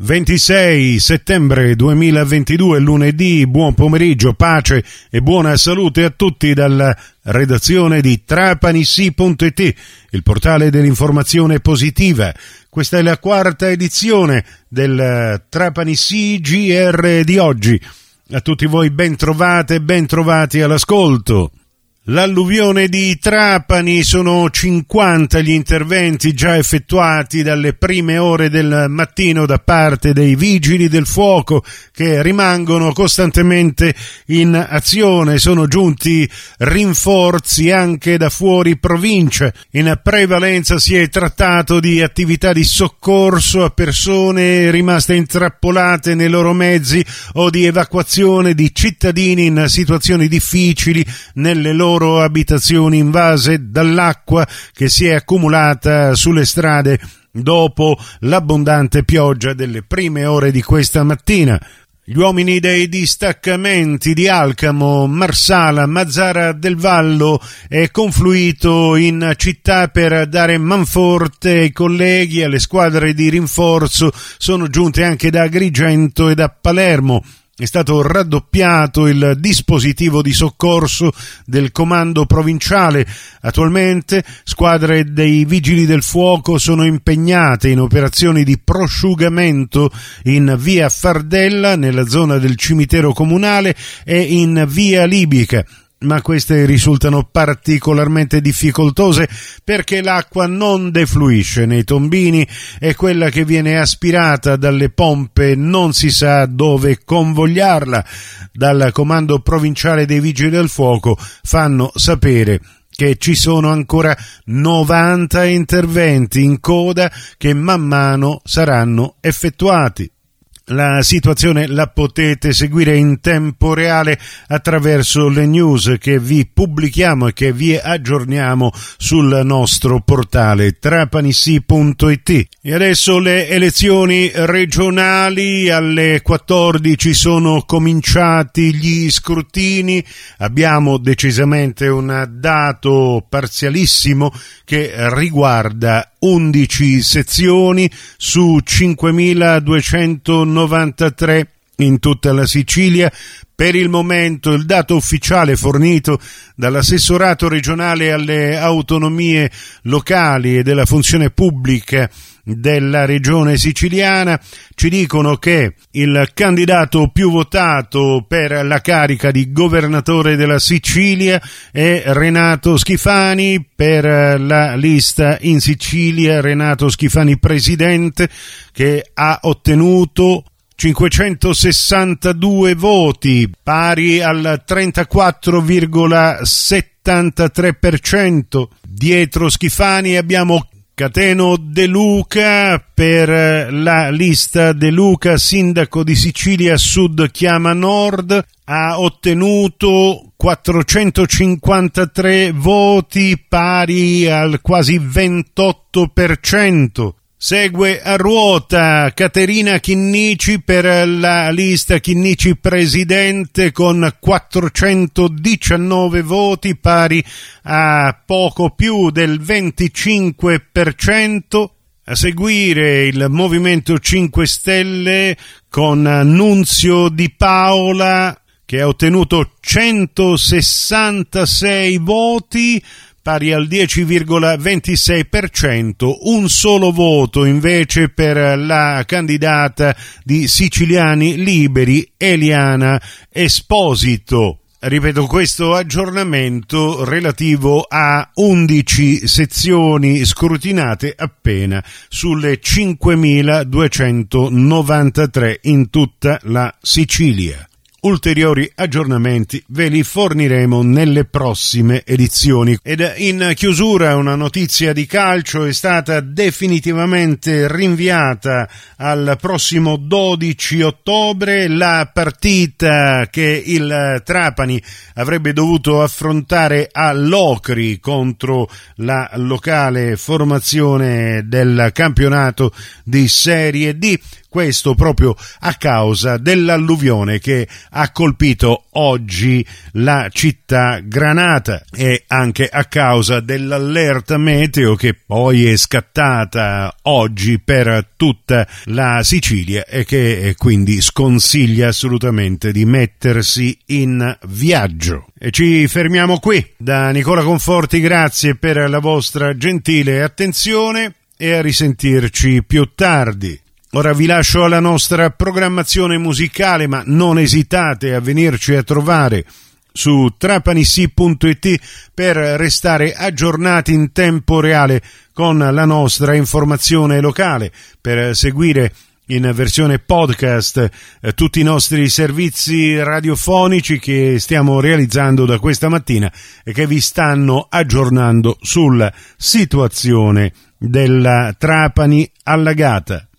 26 settembre 2022, lunedì. Buon pomeriggio, pace e buona salute a tutti dalla redazione di trapanissi.it, il portale dell'informazione positiva. Questa è la quarta edizione del Trapanissi GR di oggi. A tutti voi ben trovate e ben trovati all'ascolto. L'alluvione di Trapani, sono 50 gli interventi già effettuati dalle prime ore del mattino da parte dei vigili del fuoco che rimangono costantemente in azione. Sono giunti rinforzi anche da fuori provincia. In prevalenza si è trattato di attività di soccorso a persone rimaste intrappolate nei loro mezzi o di evacuazione di cittadini in situazioni difficili nelle loro abitazioni invase dall'acqua che si è accumulata sulle strade dopo l'abbondante pioggia delle prime ore di questa mattina. Gli uomini dei distaccamenti di Alcamo, Marsala, Mazara del Vallo è confluito in città per dare manforte ai colleghi. Alle squadre di rinforzo sono giunte anche da Agrigento e da Palermo. È stato raddoppiato il dispositivo di soccorso del comando provinciale. Attualmente squadre dei vigili del fuoco sono impegnate in operazioni di prosciugamento in via Fardella, nella zona del cimitero comunale, e in via Libica. Ma queste risultano particolarmente difficoltose perché l'acqua non defluisce nei tombini e quella che viene aspirata dalle pompe non si sa dove convogliarla. Dal comando provinciale dei vigili del fuoco fanno sapere che ci sono ancora 90 interventi in coda che man mano saranno effettuati. La situazione la potete seguire in tempo reale attraverso le news che vi pubblichiamo e che vi aggiorniamo sul nostro portale trapanissi.it. E adesso le elezioni regionali. Alle 14 sono cominciati gli scrutini. Abbiamo decisamente un dato parzialissimo che riguarda 11 sezioni su 5.293 in tutta la Sicilia. Per il momento il dato ufficiale fornito dall'assessorato regionale alle autonomie locali e della funzione pubblica della regione siciliana ci dicono che il candidato più votato per la carica di governatore della Sicilia è Renato Schifani. Per la lista in Sicilia Renato Schifani presidente, che ha ottenuto 562 voti, pari al 34,73%. Dietro Schifani abbiamo Cateno De Luca. Per la lista De Luca, sindaco di Sicilia Sud Chiama Nord, ha ottenuto 453 voti, pari al quasi 28%. Segue a ruota Caterina Chinnici per la lista Chinnici presidente con 419 voti, pari a poco più del 25%. A seguire il Movimento 5 Stelle con Nunzio Di Paola, che ha ottenuto 166 voti, pari al 10,26%, un solo voto invece per la candidata di Siciliani Liberi, Eliana Esposito. Ripeto, questo aggiornamento relativo a 11 sezioni scrutinate appena sulle 5.293 in tutta la Sicilia. Ulteriori aggiornamenti ve li forniremo nelle prossime edizioni. Ed in chiusura una notizia di calcio: è stata definitivamente rinviata al prossimo 12 ottobre la partita che il Trapani avrebbe dovuto affrontare a Locri contro la locale formazione del campionato di Serie D. questo proprio a causa dell'alluvione che ha colpito oggi la città granata e anche a causa dell'allerta meteo che poi è scattata oggi per tutta la Sicilia e che quindi sconsiglia assolutamente di mettersi in viaggio. E ci fermiamo qui. Da Nicola Conforti grazie per la vostra gentile attenzione e a risentirci più tardi. Ora vi lascio alla nostra programmazione musicale, ma non esitate a venirci a trovare su trapanissi.it per restare aggiornati in tempo reale con la nostra informazione locale, per seguire in versione podcast tutti i nostri servizi radiofonici che stiamo realizzando da questa mattina e che vi stanno aggiornando sulla situazione della Trapani allagata.